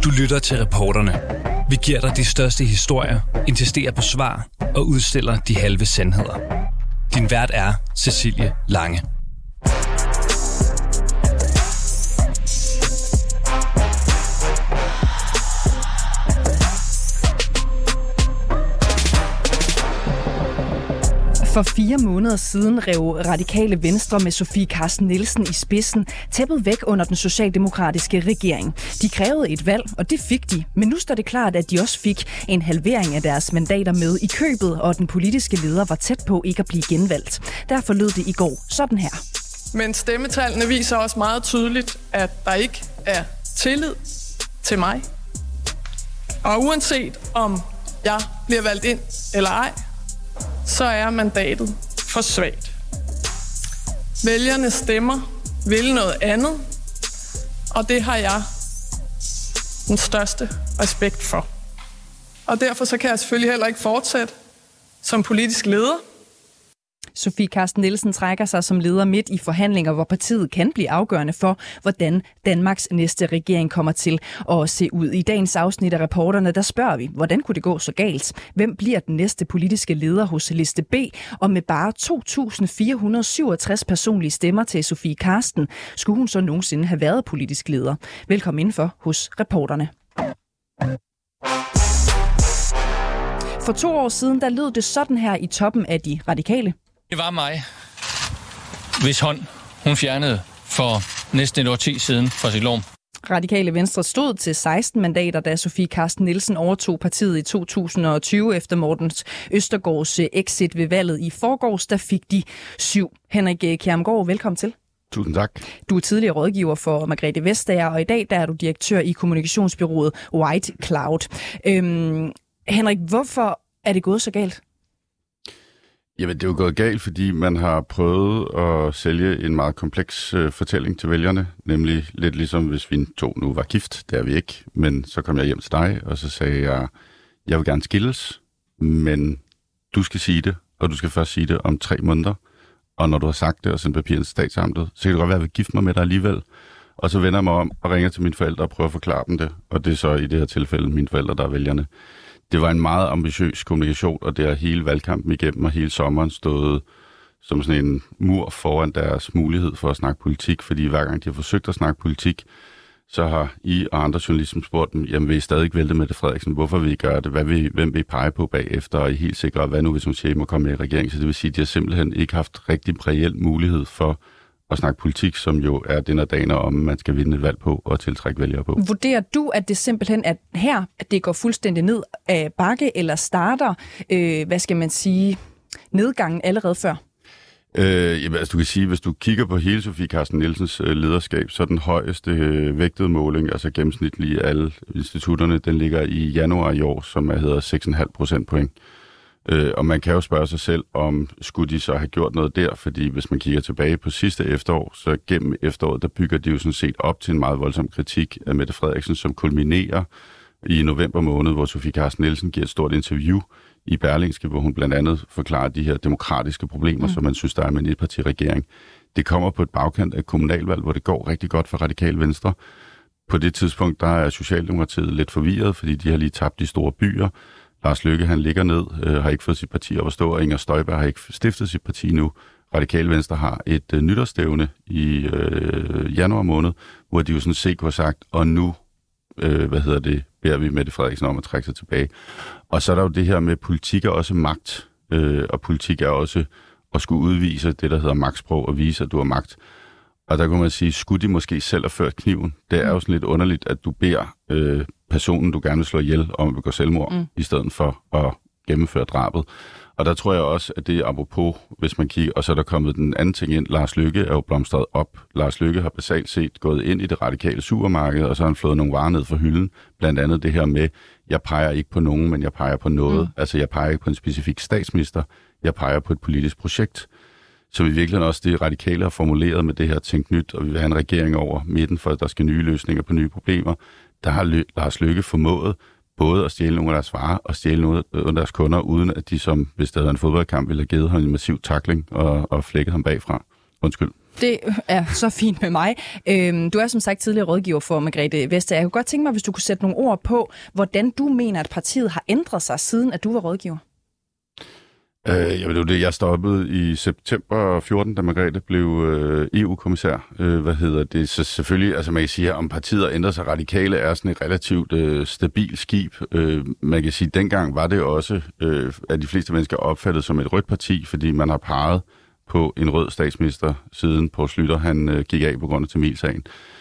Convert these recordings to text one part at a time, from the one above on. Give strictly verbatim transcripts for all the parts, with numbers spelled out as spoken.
Du lytter til Reporterne. Vi giver dig de største historier, insisterer på svar og udstiller de halve sandheder. Din vært er Cecilie Lange. For fire måneder siden rev Radikale Venstre med Sofie Carsten Nielsen i spidsen tæppet væk under den socialdemokratiske regering. De krævede et valg, og det fik de. Men nu står det klart, at de også fik en halvering af deres mandater med i købet, og den politiske leder var tæt på ikke at blive genvalgt. Derfor lød det i går sådan her. Men stemmetallene viser også meget tydeligt, at der ikke er tillid til mig. Og uanset om jeg bliver valgt ind eller ej, så er mandatet for svagt. Vælgernes stemmer vil noget andet, og det har jeg den største respekt for. Og derfor så kan jeg selvfølgelig heller ikke fortsætte som politisk leder. Sofie Carsten Nielsen trækker sig som leder midt i forhandlinger, hvor partiet kan blive afgørende for, hvordan Danmarks næste regering kommer til at se ud. I dagens afsnit af Reporterne, der spørger vi, hvordan kunne det gå så galt? Hvem bliver den næste politiske leder hos Liste B? Og med bare to tusind fire hundrede syvogtres personlige stemmer til Sofie Carsten, skulle hun så nogensinde have været politisk leder? Velkommen indenfor hos Reporterne. For to år siden, der lød det sådan her i toppen af de radikale. Det var mig, hvis hånd hun fjernede for næsten et årti siden fra sit lom. Radikale Venstre stod til seksten mandater, da Sofie Carsten Nielsen overtog partiet i to tusind og tyve efter Mortens Østergaards exit ved valget i forgårs. Der fik de syv. Henrik Kjærmgaard, velkommen til. Tusind tak. Du er tidligere rådgiver for Margrethe Vestager, og i dag der er du direktør i kommunikationsbyrået White Cloud. Øhm, Henrik, hvorfor er det gået så galt? Jamen, det er jo gået galt, fordi man har prøvet at sælge en meget kompleks øh, fortælling til vælgerne. Nemlig lidt ligesom, hvis vi to nu var gift. Det er vi ikke. Men så kom jeg hjem til dig, og så sagde jeg, jeg vil gerne skilles, men du skal sige det, og du skal først sige det om tre måneder. Og når du har sagt det og sendt papirerne til statsamtet, så kan det godt være, at jeg vil gifte mig med dig alligevel. Og så vender jeg mig om og ringer til mine forældre og prøver at forklare dem det. Og det er så i det her tilfælde mine forældre, der er vælgerne. Det var en meget ambitiøs kommunikation, og det har hele valgkampen igennem og hele sommeren stået som sådan en mur foran deres mulighed for at snakke politik, fordi hver gang de har forsøgt at snakke politik, så har I og andre journalister spurgt dem, jamen vil I stadig vælte Mette Frederiksen, hvorfor vil I gøre det, hvad vil I, hvem vil I pege på bagefter, og I er helt sikre, hvad nu hvis hun siger, I må komme med i regeringen, så det vil sige, at de har simpelthen ikke haft rigtig reel mulighed for at snakke politik, som jo er den af dagen om, man skal vinde et valg på og tiltrække vælgere på. Vurderer du, at det simpelthen er her, at det går fuldstændig ned af bakke, eller starter, øh, hvad skal man sige, nedgangen allerede før? Øh, jamen, altså, du kan sige, hvis du kigger på hele Sofie Carsten Nielsens øh, lederskab, så den højeste øh, vægtede måling, altså gennemsnitlige alle institutterne, den ligger i januar i år, som er, hedder seks komma fem procentpoint. Øh, og man kan jo spørge sig selv, om skulle de så have gjort noget der, fordi hvis man kigger tilbage på sidste efterår, så gennem efteråret, der bygger de jo sådan set op til en meget voldsom kritik af Mette Frederiksen, som kulminerer i november måned, hvor Sofie Carsten Nielsen giver et stort interview i Berlingske, hvor hun blandt andet forklarer de her demokratiske problemer, mm. som man synes, der er med en etpartiregering. Det kommer på et bagkant af kommunalvalg, hvor det går rigtig godt for Radikale Venstre. På det tidspunkt, der er Socialdemokratiet lidt forvirret, fordi de har lige tabt de store byer. Lars Løkke, han ligger ned, øh, har ikke fået sit parti op at stå, og Inger Støjberg har ikke stiftet sit parti nu. Radikale Venstre har et øh, nytårsstævne i øh, januar måned, hvor de jo sådan set har sagt, og nu, øh, hvad hedder det, beder vi Mette Frederiksen om at trække sig tilbage. Og så er der jo det her med, politik er også magt, øh, og politik er også at skulle udvise det, der hedder magtsprog, og vise, at du har magt. Og der kunne man sige, skulle de måske selv have ført kniven? Det er jo sådan lidt underligt, at du beder øh, personen, du gerne vil slå ihjel, om at begå selvmord, mm. i stedet for at gennemføre drabet. Og der tror jeg også, at det er apropos, hvis man kigger, og så er der kommet den anden ting ind. Lars Løkke er jo blomstret op. Lars Løkke har basalt set gået ind i det radikale supermarked, og så har han flået nogle varer ned fra hylden. Blandt andet det her med, jeg peger ikke på nogen, men jeg peger på noget. Mm. Altså jeg peger ikke på en specifik statsminister, jeg peger på et politisk projekt. Som i virkeligheden også det radikale har formuleret med det her tænkt nyt, og vi vil have en regering over midten, for at der skal nye løsninger på nye problemer. Der har Lø- Lars Løkke formået både at stjæle nogle af deres varer og stjæle nogle af deres kunder, uden at de, som hvis der havde en fodboldkamp, ville have givet ham en massiv tackling og, og flækket ham bagfra. Undskyld. Det er så fint med mig. Øhm, du er som sagt tidligere rådgiver for Margrethe Vestager. Jeg kunne godt tænke mig, hvis du kunne sætte nogle ord på, hvordan du mener, at partiet har ændret sig, siden at du var rådgiver. Øh, jeg ved det, jeg stoppede i september fjorten, da Margrethe blev øh, E U-kommissær. Øh, hvad hedder det? Så selvfølgelig, altså man kan sige, om partiet har ændret sig radikale, er sådan et relativt øh, stabilt skib. Øh, man kan sige, dengang var det også, øh, at de fleste mennesker opfattet som et rødt parti, fordi man har peget på en rød statsminister, siden Poul Schlüter han øh, gik af på grund af Tamilsagen.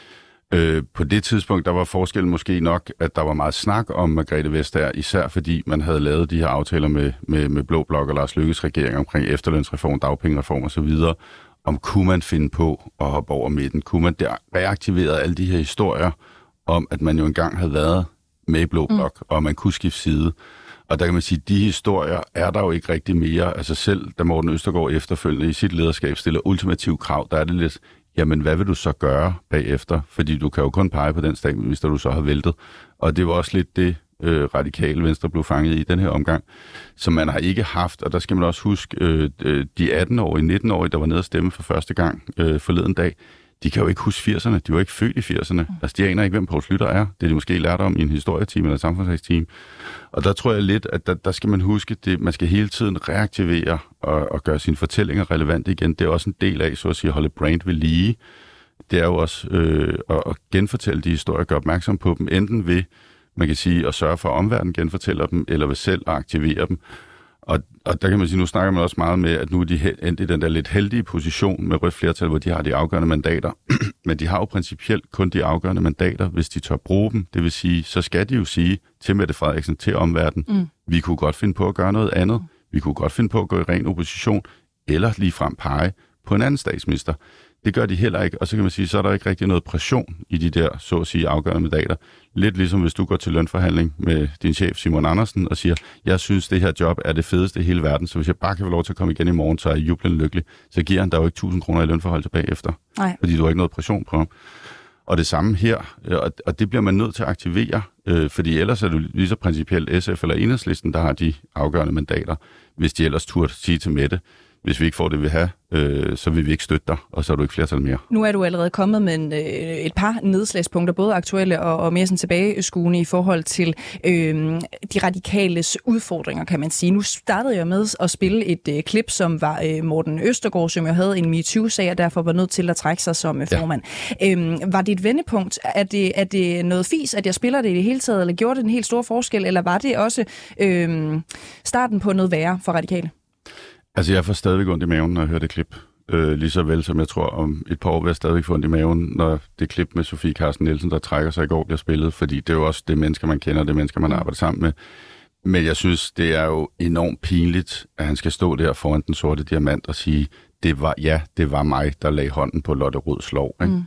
Øh, på det tidspunkt, der var forskellen måske nok, at der var meget snak om Margrethe Vestager, især fordi man havde lavet de her aftaler med, med, med Blå Blok og Lars Løkkes regering omkring efterlønsreform, dagpengereform osv., om kunne man finde på at hoppe over midten? Kunne man der reaktivere alle de her historier om, at man jo engang havde været med i Blå Blok, mm. og man kunne skifte side? Og der kan man sige, at de historier er der jo ikke rigtig mere. Altså selv da Morten Østergaard efterfølgende i sit lederskab stiller ultimative krav, der er det lidt, jamen hvad vil du så gøre bagefter? Fordi du kan jo kun pege på den statsminister, du så har væltet. Og det var også lidt det, øh, radikale Venstre blev fanget i den her omgang, som man har ikke haft. Og der skal man også huske, øh, de atten-årige, nitten-årige, der var nede at stemme for første gang øh, forleden dag, de kan jo ikke huske firserne. De var ikke født i firserne. Altså, de aner ikke, hvem Poul Schlüter er. Det er de måske lært om i en historieteam eller samfundsfagsteam. Og der tror jeg lidt, at der, der skal man huske, at man skal hele tiden reaktivere og, og gøre sine fortællinger relevante igen. Det er også en del af, så at sige, at holde brand ved lige. Det er jo også øh, at, at genfortælle de historier, gøre opmærksom på dem, enten ved, man kan sige, at sørge for, at omverdenen genfortæller dem, eller ved selv at aktivere dem. Og, og der kan man sige, nu snakker man også meget med, at nu er de endt i den der lidt heldige position med rødt flertal, hvor de har de afgørende mandater. Men de har jo principielt kun de afgørende mandater, hvis de tør bruge dem. Det vil sige, så skal de jo sige til Mette Frederiksen, til omverdenen, mm. vi kunne godt finde på at gøre noget andet. Vi kunne godt finde på at gå i ren opposition, eller ligefrem pege på en anden statsminister. Det gør de heller ikke, og så kan man sige, så er der ikke rigtig noget pression i de der, så at sige, afgørende mandater. Lidt ligesom hvis du går til lønforhandling med din chef Simon Andersen og siger, jeg synes, det her job er det fedeste i hele verden, så hvis jeg bare kan få lov til at komme igen i morgen, så er jeg jublende lykkelig, så giver han der jo ikke tusind kroner i lønforhold tilbage efter. Nej. Fordi du har ikke noget pression på ham. Og det samme her, og det bliver man nødt til at aktivere, øh, fordi ellers er det lige så principielt S F eller Enhedslisten, der har de afgørende mandater, hvis de ellers turde sige til Mette, hvis vi ikke får det, vi vil have, øh, så vil vi ikke støtte dig, og så er du ikke flertal mere. Nu er du allerede kommet med en, øh, et par nedslagspunkter, både aktuelle og, og mere sådan tilbageskuende i forhold til øh, de radikales udfordringer, kan man sige. Nu startede jeg med at spille et øh, klip, som var øh, Morten Østergaard, som jo havde en MeToo-sag, og derfor var nødt til at trække sig som øh, formand. Ja. Øh, var det et vendepunkt? Er det, er det noget fis, at jeg spiller det i det hele taget, eller gjorde det en helt stor forskel, eller var det også øh, starten på noget værre for radikale? Altså, jeg får stadigvæk ondt i maven, når jeg hører det klip. Øh, lige så vel som jeg tror, om et par år vil jeg stadigvæk få ondt i maven, når det klip med Sofie Carsten Nielsen, der trækker sig i går, bliver spillet. Fordi det er jo også det mennesker, man kender, det mennesker, man arbejder sammen med. Men jeg synes, det er jo enormt pinligt, at han skal stå der foran den sorte diamant og sige, det var, ja, det var mig, der lagde hånden på Lotte Rods lov. Ikke? Mm.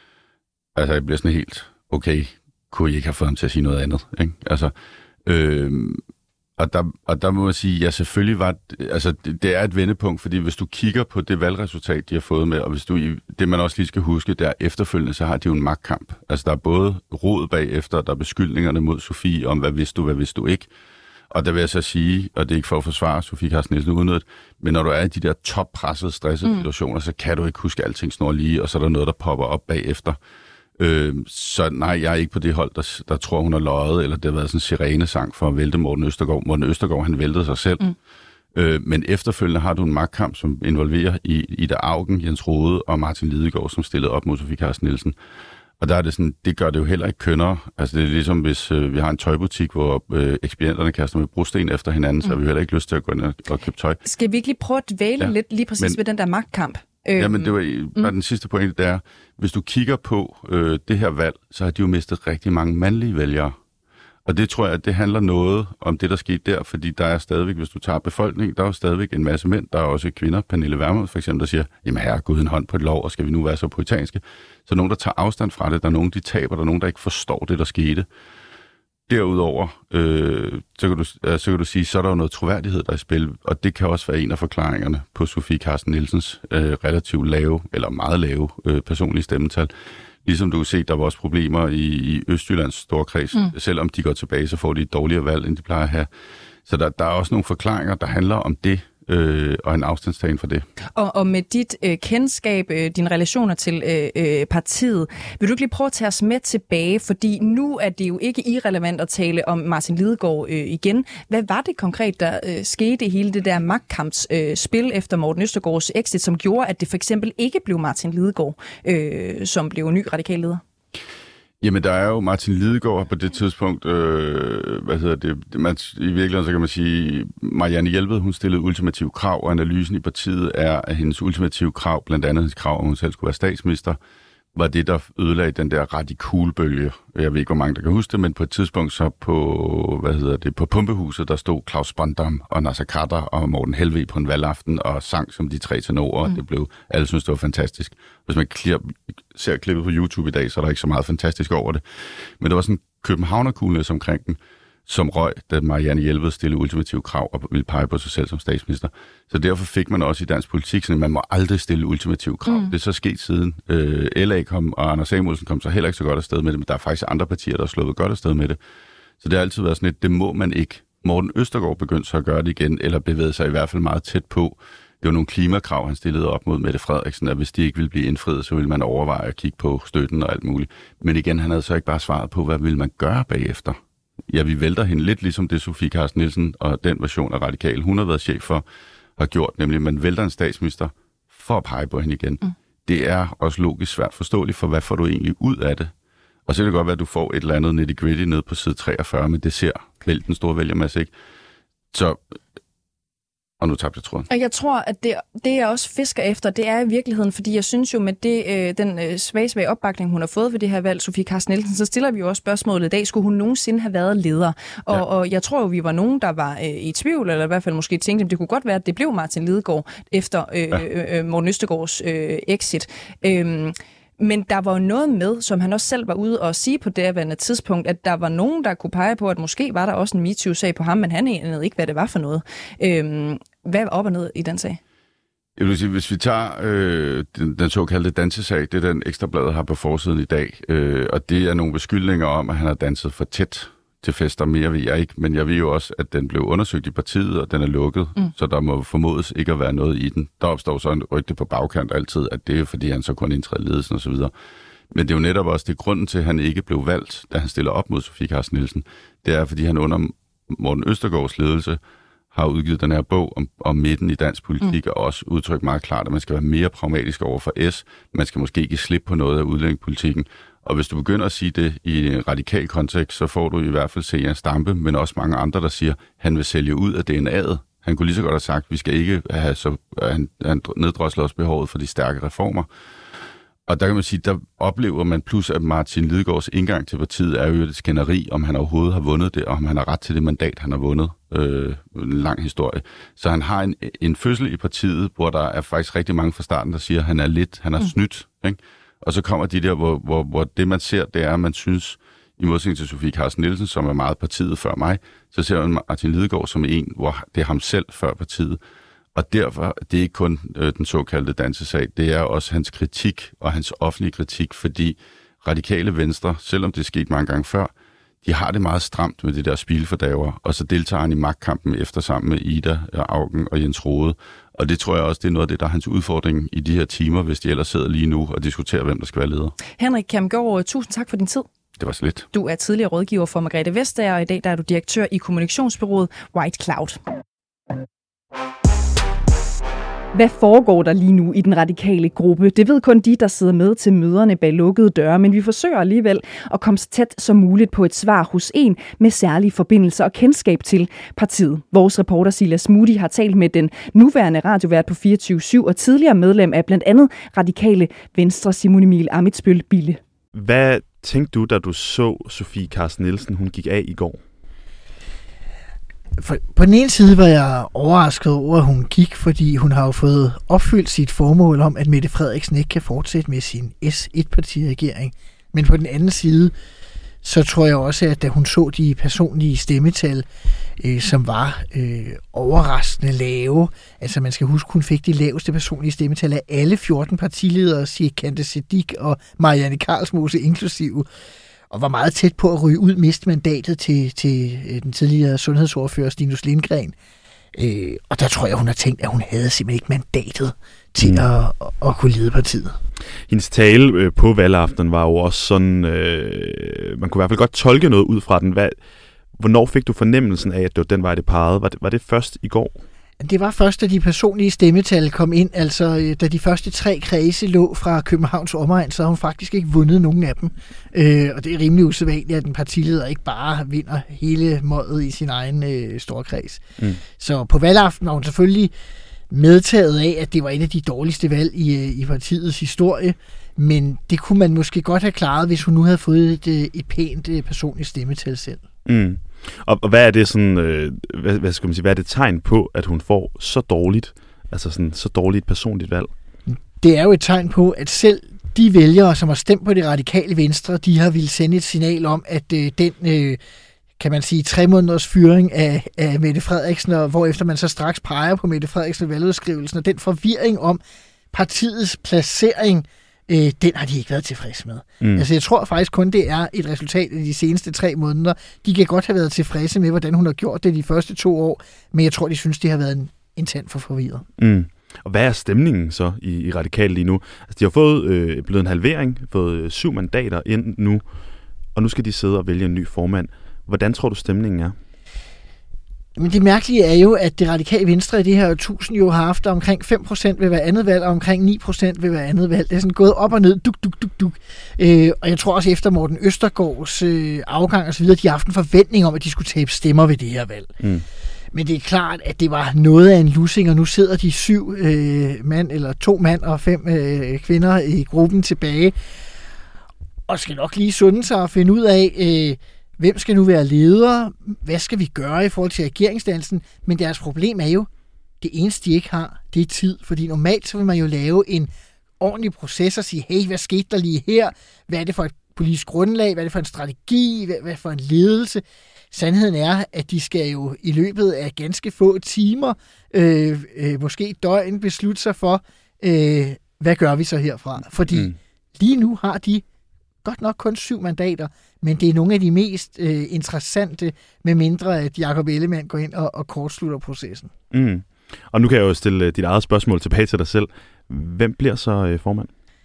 Altså, jeg bliver sådan helt, okay, kunne I ikke have fået ham til at sige noget andet? Ikke? Altså, øh, Og der, og der må jeg sige, ja, selvfølgelig var altså det, det er et vendepunkt, fordi hvis du kigger på det valgresultat, de har fået med, og hvis du, det man også lige skal huske, der efterfølgende, så har de jo en magtkamp. Altså der er både rod bagefter, der er beskyldningerne mod Sofie om, hvad vidste du, hvad vidste du ikke. Og der vil jeg så sige, og det er ikke for at forsvare Sofie Carsten Nielsen udnyttet, men når du er i de der toppressede, stressede mm. situationer, så kan du ikke huske alting snor lige, og så er der noget, der popper op bagefter. Øh, så nej, jeg er ikke på det hold, der, der tror, hun har løjet, eller det har været sådan en sirenesang for at vælte Morten Østergaard. Morten Østergaard, han væltede sig selv. Mm. Øh, men efterfølgende har du en magtkamp, som involverer i Ida Auken, Jens Rohde og Martin Lidegaard, som stillede op mod Sofie Carsten Nielsen. Og der er det sådan, det gør det jo heller ikke kønnere. Altså det er ligesom, hvis øh, vi har en tøjbutik, hvor øh, ekspedienterne kaster med brosten efter hinanden, mm. så har vi heller ikke lyst til at gå ind og, og købe tøj. Skal vi ikke lige prøve at dvæle ja. lidt lige præcis men, ved den der magtkamp? Ja, men det var bare mm. den sidste pointe, der er, hvis du kigger på øh, det her valg, så har de jo mistet rigtig mange mandlige vælgere. Og det tror jeg, at det handler noget om det, der skete der, fordi der er stadigvæk, hvis du tager befolkningen, der er jo stadigvæk en masse mænd, der er også kvinder, Pernille Vermund for eksempel, der siger, jamen her er Gud en hånd på et lov, og skal vi nu være så puritanske? Så nogen, der tager afstand fra det, der er nogen, de taber, der er nogen, der ikke forstår det, der skete. Derudover, øh, så, kan du, øh, så kan du sige, så er der jo noget troværdighed, der er i spil, og det kan også være en af forklaringerne på Sofie Carsten Nielsens øh, relativt lave, eller meget lave øh, personlige stemmetal. Ligesom du kan se, der var også problemer i, i Østjyllands storkreds. Mm. Selvom de går tilbage, så får de et dårligere valg, end de plejer at have. Så der, der er også nogle forklaringer, der handler om det. øh, og en afstandstagen for det. Og, og med dit øh, kendskab, øh, dine relationer til øh, øh, partiet, vil du ikke lige prøve at tage os med tilbage? Fordi nu er det jo ikke irrelevant at tale om Martin Lidegaard øh, igen. Hvad var det konkret, der øh, skete i hele det der magtkampsspil øh, spil efter Morten Østergaards exit, som gjorde, at det for eksempel ikke blev Martin Lidegaard, øh, som blev ny radikal leder? Jamen, der er jo Martin Lidegaard på det tidspunkt, øh, hvad hedder det, man, i virkeligheden så kan man sige, Marianne Jelved, hun stillede ultimative krav, og analysen i partiet er, at hendes ultimative krav, blandt andet hendes krav, om hun selv skulle være statsminister, var det, der ødelagde den der radikulbølge. Jeg ved ikke, hvor mange der kan huske det, men på et tidspunkt så på, hvad hedder det, på Pumpehuset, der stod Claus Bondam og Naser Khader og Morten Helveg på en valgaften og sang som de tre tenorer. Mm. Det blev, alle synes, det var fantastisk. Hvis man ser klippet på YouTube i dag, så er der ikke så meget fantastisk over det. Men det var sådan en københavnerkuglende omkring den, som røg, da Marianne Jelved stillede ultimative krav og ville pege på sig selv som statsminister. Så derfor fik man også i dansk politik sådan, at man må aldrig stille ultimative krav. Mm. Det er så sket siden. Øh, L A kom, og Anders Samuelsen kom så heller ikke så godt afsted med det, men der er faktisk andre partier, der har slået godt afsted med det. Så det har altid været sådan et, det må man ikke. Morten Østergaard begyndte så at gøre det igen, eller bevægede sig i hvert fald meget tæt på. Det var nogle klimakrav, han stillede op mod Mette Frederiksen, at hvis de ikke ville blive indfriet, så ville man overveje at kigge på støtten og alt muligt. Men igen, han havde så ikke bare svaret på, hvad ville man gøre bagefter. Ja, vi vælter hende lidt ligesom det Sofie Carsten Nielsen og den version af Radikal, hun har været chef for, har gjort, nemlig at man vælter en statsminister for at pege på hende igen. Mm. Det er også logisk svært forståeligt, for hvad får du egentlig ud af det? Og så kan det godt være, at du får et eller andet nitty-gritty ned på side treogfyrre, men det ser vel den store vælgermasse ikke. Så... Og nu tabte jeg tråden. Og jeg tror, at det, det jeg også fisker efter, det er i virkeligheden, fordi jeg synes jo med det, øh, den øh, svage, svage opbakning, hun har fået ved det her valg, Sofie Carsten Nielsen, så stiller vi jo også spørgsmålet i dag, skulle hun nogensinde have været leder? Og, ja. og jeg tror jo, vi var nogen, der var øh, i tvivl, eller i hvert fald måske tænkte, at det kunne godt være, at det blev Martin Lidegaard efter øh, ja. øh, Morten Østergaards øh, exit. Øhm, Men der var jo noget med, som han også selv var ude og sige på det tidspunkt, at der var nogen, der kunne pege på, at måske var der også en MeToo-sag på ham, men han anede ikke, hvad det var for noget. Øhm, hvad var op og ned i den sag? Jeg vil sige, hvis vi tager øh, den, den såkaldte dansesag, det er den Ekstrabladet har på forsiden i dag, øh, og det er nogle beskyldninger om, at han har danset for tæt til fester. Mere ved jeg ikke, men jeg ved jo også, at den blev undersøgt i partiet, og den er lukket, mm. så der må formodes ikke at være noget i den. Der opstår så en rygte på bagkant altid, at det er fordi, han så kun indtræder ledelsen osv. Men det er jo netop også det grunden til, at han ikke blev valgt, da han stiller op mod Sofie Carsten Nielsen. Det er, fordi han under Morten Østergaards ledelse har udgivet den her bog om, om midten i dansk politik, mm. og også udtrykt meget klart, at man skal være mere pragmatisk over for S. Man skal måske ikke slippe på noget af udlændingepolitikken. Og hvis du begynder at sige det i en radikal kontekst, så får du i hvert fald Zenia Stampe, men også mange andre, der siger, at han vil sælge ud af D N A'et. Han kunne lige så godt have sagt, at vi skal ikke have så, han, han neddrosler også behovet for de stærke reformer. Og der kan man sige, der oplever man plus, at Martin Lidegaards indgang til partiet er jo et skænderi, om han overhovedet har vundet det, og om han har ret til det mandat, han har vundet. Øh, en lang historie. Så han har en, en fødsel i partiet, hvor der er faktisk rigtig mange fra starten, der siger, at han er lidt, han er snydt. Ikke? Og så kommer de der, hvor, hvor, hvor det man ser, det er, at man synes, i modsætning til Sofie Carsten Nielsen, som er meget partiet før mig, så ser man Martin Lidegaard som en, hvor det er ham selv før partiet. Og derfor, det er ikke kun øh, den såkaldte dansesag, det er også hans kritik og hans offentlige kritik, fordi radikale venstre, selvom det er sket mange gange før, de har det meget stramt med det der spilfordaver, og så deltager han i magtkampen efter sammen med Ida, Auken og Jens Rohde. Og det tror jeg også, det er noget af det, der er hans udfordring i de her timer, hvis de ellers sidder lige nu og diskuterer, hvem der skal være leder. Henrik Kjermgaard, tusind tak for din tid. Det var så lidt. Du er tidligere rådgiver for Margrethe Vestager, og i dag der er du direktør i kommunikationsbureauet White Cloud. Hvad foregår der lige nu i den radikale gruppe? Det ved kun de, der sidder med til møderne bag lukkede døre, men vi forsøger alligevel at komme så tæt som muligt på et svar hos en med særlige forbindelser og kendskab til partiet. Vores reporter Silas Moody har talt med den nuværende radiovært på fireogtyve syv og tidligere medlem af blandt andet radikale Venstre Simon Emil Ammitzbøll Bille. Hvad tænkte du, da du så Sofie Carsten Nielsen, hun gik af i går? For, på den ene side var jeg overrasket over, at hun gik, fordi hun har jo fået opfyldt sit formål om, at Mette Frederiksen ikke kan fortsætte med sin S et-partiregering. Men på den anden side, så tror jeg også, at da hun så de personlige stemmetal, øh, som var øh, overraskende lave, altså man skal huske, hun fik de laveste personlige stemmetal af alle fjorten partiledere, Sikandar Siddique og Marianne Karlsmose inklusive, og var meget tæt på at ryge ud, miste mandatet til, til den tidligere sundhedsordfører Stinus Lindgren. Øh, og der tror jeg, hun har tænkt, at hun havde simpelthen ikke mandatet til mm. at, at kunne lede partiet. Hendes tale øh, på valgaftenen var jo også sådan, øh, man kunne i hvert fald godt tolke noget ud fra den. Hvad, hvornår fik du fornemmelsen af, at det var den vej, det pegede? Var det, var det først i går? Det var først, da de personlige stemmetal kom ind, altså da de første tre kredse lå fra Københavns omegn, så har hun faktisk ikke vundet nogen af dem. Øh, og det er rimelig usædvanligt, at en partileder ikke bare vinder hele mådet i sin egen øh, store kreds. Mm. Så på valgaften var hun selvfølgelig medtaget af, at det var et af de dårligste valg i, i partiets historie, men det kunne man måske godt have klaret, hvis hun nu havde fået et, et pænt personligt stemmetal selv. Mm. Og, og hvad er det sådan, øh, hvad, hvad skal man sige, hvad er det tegn på, at hun får så dårligt, altså sådan så dårligt personligt valg? Det er jo et tegn på, at selv de vælgere, som har stemt på det radikale venstre, de har ville sende et signal om, at øh, den, øh, kan man sige, tre måneders fyring af, af Mette Frederiksen, og hvorefter man så straks peger på Mette Frederiksen valgudskrivelsen, og den forvirring om partiets placering, øh, den har de ikke været tilfredse med. Mm. Altså jeg tror faktisk kun, det er et resultat af de seneste tre måneder. De kan godt have været tilfredse med, hvordan hun har gjort det de første to år, men jeg tror, de synes, det har været en, en tand for forvirret. Mm. Og hvad er stemningen så i, i Radikale lige nu? Altså de har fået øh, blevet en halvering, fået øh, syv mandater ind nu, og nu skal de sidde og vælge en ny formand. Hvordan tror du stemningen er? Men det mærkelige er jo, at det radikale venstre i det her tusind jo har haft omkring fem procent ved hver andet valg, og omkring ni procent ved hver andet valg. Det er sådan gået op og ned, duk, duk, duk, duk. Øh, og jeg tror også efter Morten Østergaards øh, afgang og så videre, de har haft en forventning om, at de skulle tabe stemmer ved det her valg. Mm. Men det er klart, at det var noget af en lussing, og nu sidder de syv øh, mand, eller to mand og fem øh, kvinder i gruppen tilbage, og skal nok lige sunde sig og finde ud af, øh, hvem skal nu være leder, hvad skal vi gøre i forhold til regeringsdannelsen, men deres problem er jo, det eneste de ikke har, det er tid, fordi normalt så vil man jo lave en ordentlig proces og sige, hey, hvad skete der lige her, hvad er det for et politisk grundlag, hvad er det for en strategi, hvad er det for en ledelse. Sandheden er, at de skal jo i løbet af ganske få timer, øh, øh, måske et døgn, beslutte sig for, øh, hvad gør vi så herfra. Fordi mm. lige nu har de godt nok kun syv mandater, men det er nogle af de mest øh, interessante, med mindre at Jakob Ellemann går ind og, og kortslutter processen. Mm. Og nu kan jeg jo stille dit eget spørgsmål tilbage til dig selv. Hvem bliver så øh, formand?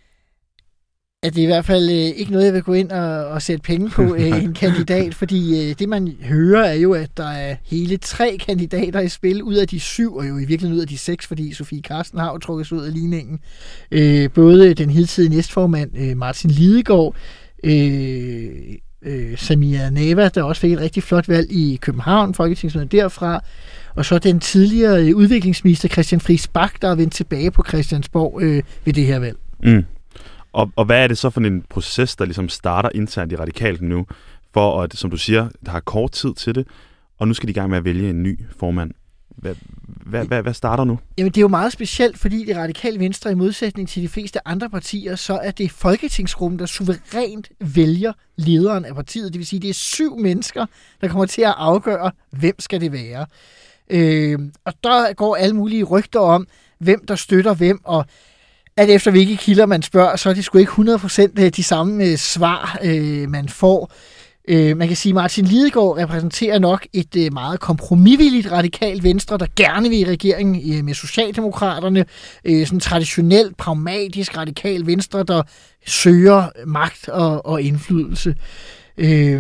At det er i hvert fald øh, ikke noget, jeg vil gå ind og, og sætte penge på øh, en kandidat, fordi øh, det, man hører, er jo, at der er hele tre kandidater i spil ud af de syv, og jo i virkeligheden ud af de seks, fordi Sofie Carsten har jo trukket sig ud af ligningen. Øh, både den hidtidige næstformand øh, Martin Lidegaard, øh, øh, Samia Nawa, der også fik et rigtig flot valg i København, folketingsmedlem derfra, og så den tidligere øh, udviklingsminister Christian Friis Bach, der er vendt tilbage på Christiansborg øh, ved det her valg. Mm. Og, og hvad er det så for en proces, der ligesom starter internt i Radikalt nu, for at, som du siger, der har kort tid til det, og nu skal de i gang med at vælge en ny formand. Hvad, hvad, hvad, hvad starter nu? Jamen det er jo meget specielt, fordi det radikale venstre i modsætning til de fleste andre partier, så er det folketingsgruppen, der suverænt vælger lederen af partiet. Det vil sige, det er syv mennesker, der kommer til at afgøre, hvem skal det være. Øh, og der går alle mulige rygter om, hvem der støtter hvem, og at efter hvilke kilder man spørger, så er det sgu ikke hundrede procent de samme svar, øh, man får. Øh, man kan sige, at Martin Lidegaard repræsenterer nok et øh, meget kompromisvilligt radikalt venstre, der gerne vil i regeringen øh, med Socialdemokraterne. Øh, sådan traditionelt, pragmatisk radikal venstre, der søger magt og, og indflydelse. Øh,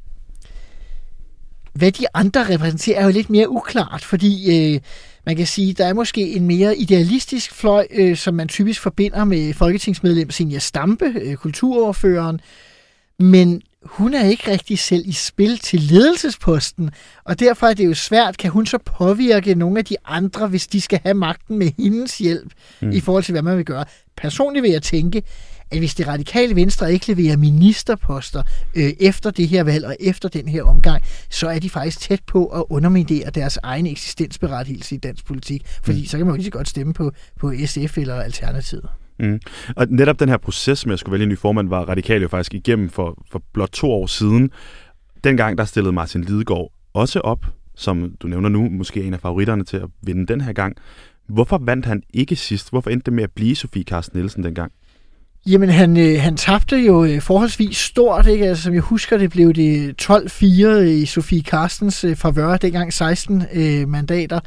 hvad de andre repræsenterer er jo lidt mere uklart, fordi... Øh, Man kan sige, der er måske en mere idealistisk fløj, øh, som man typisk forbinder med folketingsmedlem Zenia Stampe, øh, kulturordføreren, men hun er ikke rigtig selv i spil til ledelsesposten, og derfor er det jo svært, kan hun så påvirke nogle af de andre, hvis de skal have magten med hendes hjælp, mm. i forhold til, hvad man vil gøre. Personligt vil jeg tænke, at hvis det radikale venstre ikke leverer ministerposter øh, efter det her valg og efter den her omgang, så er de faktisk tæt på at underminere deres egen eksistensberettigelse i dansk politik. Fordi mm. så kan man jo lige så godt stemme på, på S F eller Alternativet. Mm. Og netop den her proces med at skulle vælge en ny formand var Radikale jo faktisk igennem for, for blot to år siden. Dengang der stillede Martin Lidegaard også op, som du nævner nu, måske en af favoritterne til at vinde den her gang. Hvorfor vandt han ikke sidst? Hvorfor endte det med at blive Sofie Carsten Nielsen dengang? Jamen, han, øh, han tabte jo øh, forholdsvis stort, ikke? Altså, som jeg husker, det blev det tolv fire i Sofie Carstens øh, favør, dengang seksten øh, mandater.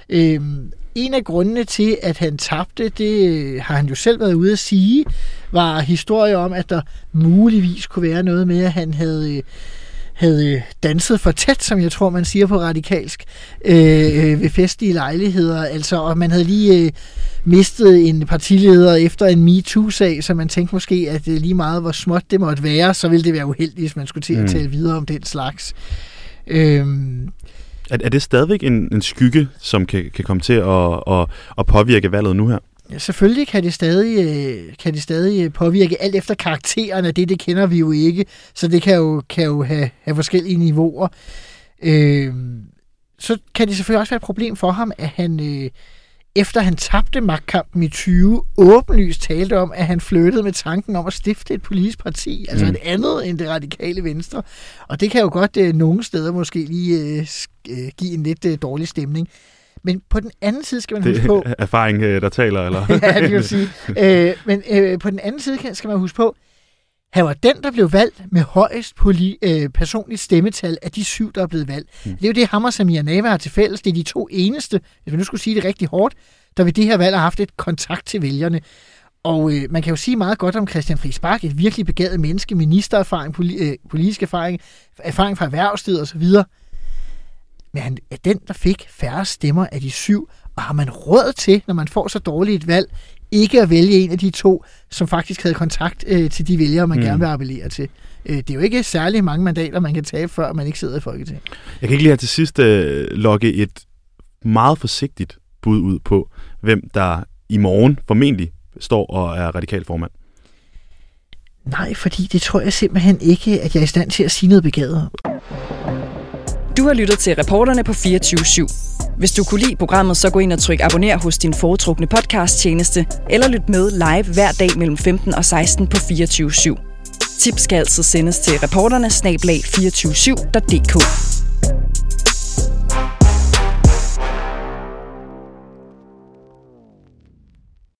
Øhm, en af grundene til, at han tabte, det har han jo selv været ude at sige, var historie om, at der muligvis kunne være noget med, at han havde, havde danset for tæt, som jeg tror, man siger på radikalsk, øh, ved festlige lejligheder. Altså, og man havde lige øh, mistet en partileder efter en MeToo-sag, så man tænkte måske, at øh, lige meget hvor småt det måtte være, så ville det være uheldigt, hvis man skulle til at tale videre om den slags. Øhm, Er, er det stadigvæk en, en skygge, som kan, kan komme til at, at, at påvirke valget nu her? Ja, selvfølgelig kan det, stadig, kan det stadig påvirke, alt efter karakteren af det, det kender vi jo ikke, så det kan jo, kan jo have, have forskellige niveauer. Øh, så kan det selvfølgelig også være et problem for ham, at han, øh, efter han tabte magtkampen i tyve, åbenlyst talte om, at han flyttede med tanken om at stifte et politisk parti, altså mm. et andet end det radikale venstre. Og det kan jo godt øh, nogle steder måske lige øh, give en lidt øh, dårlig stemning. Men på den anden side skal man det huske på... Det er erfaring, der taler, eller? Ja, det kan sige. Øh, men øh, på den anden side skal man huske på, han var den, der blev valgt med højest poli, øh, personligt stemmetal af de syv, der er blevet valgt. Mm. Det er jo det, ham og Samir Nawa har til fælles. Det er de to eneste, hvis man nu skulle sige det rigtig hårdt, der ved det her valg har haft et kontakt til vælgerne. Og øh, man kan jo sige meget godt om Christian Friis Bach, et virkelig begavet menneske, ministererfaring, poli, øh, politisk erfaring, erfaring fra erhvervslivet osv., men han er den, der fik færre stemmer af de syv, og har man råd til, når man får så dårligt et valg, ikke at vælge en af de to, som faktisk havde kontakt øh, til de vælgere, man mm. gerne vil appellere til. Øh, det er jo ikke særlig mange mandater, man kan tabe, før man ikke sidder i Folketinget. Jeg kan ikke lige her til sidst øh, logge et meget forsigtigt bud ud på, hvem der i morgen formentlig står og er radikal formand. Nej, fordi det tror jeg simpelthen ikke, at jeg er i stand til at sige noget begavet. Du har lyttet til Reporterne på fireogtyve syv. Hvis du kunne lide programmet, så gå ind og tryk abonner hos din foretrukne podcasttjeneste, eller lyt med live hver dag mellem femten og seksten på fireogtyve syv. Tips skal altid sendes til reporterne snabel-a to fire syv punktum d k.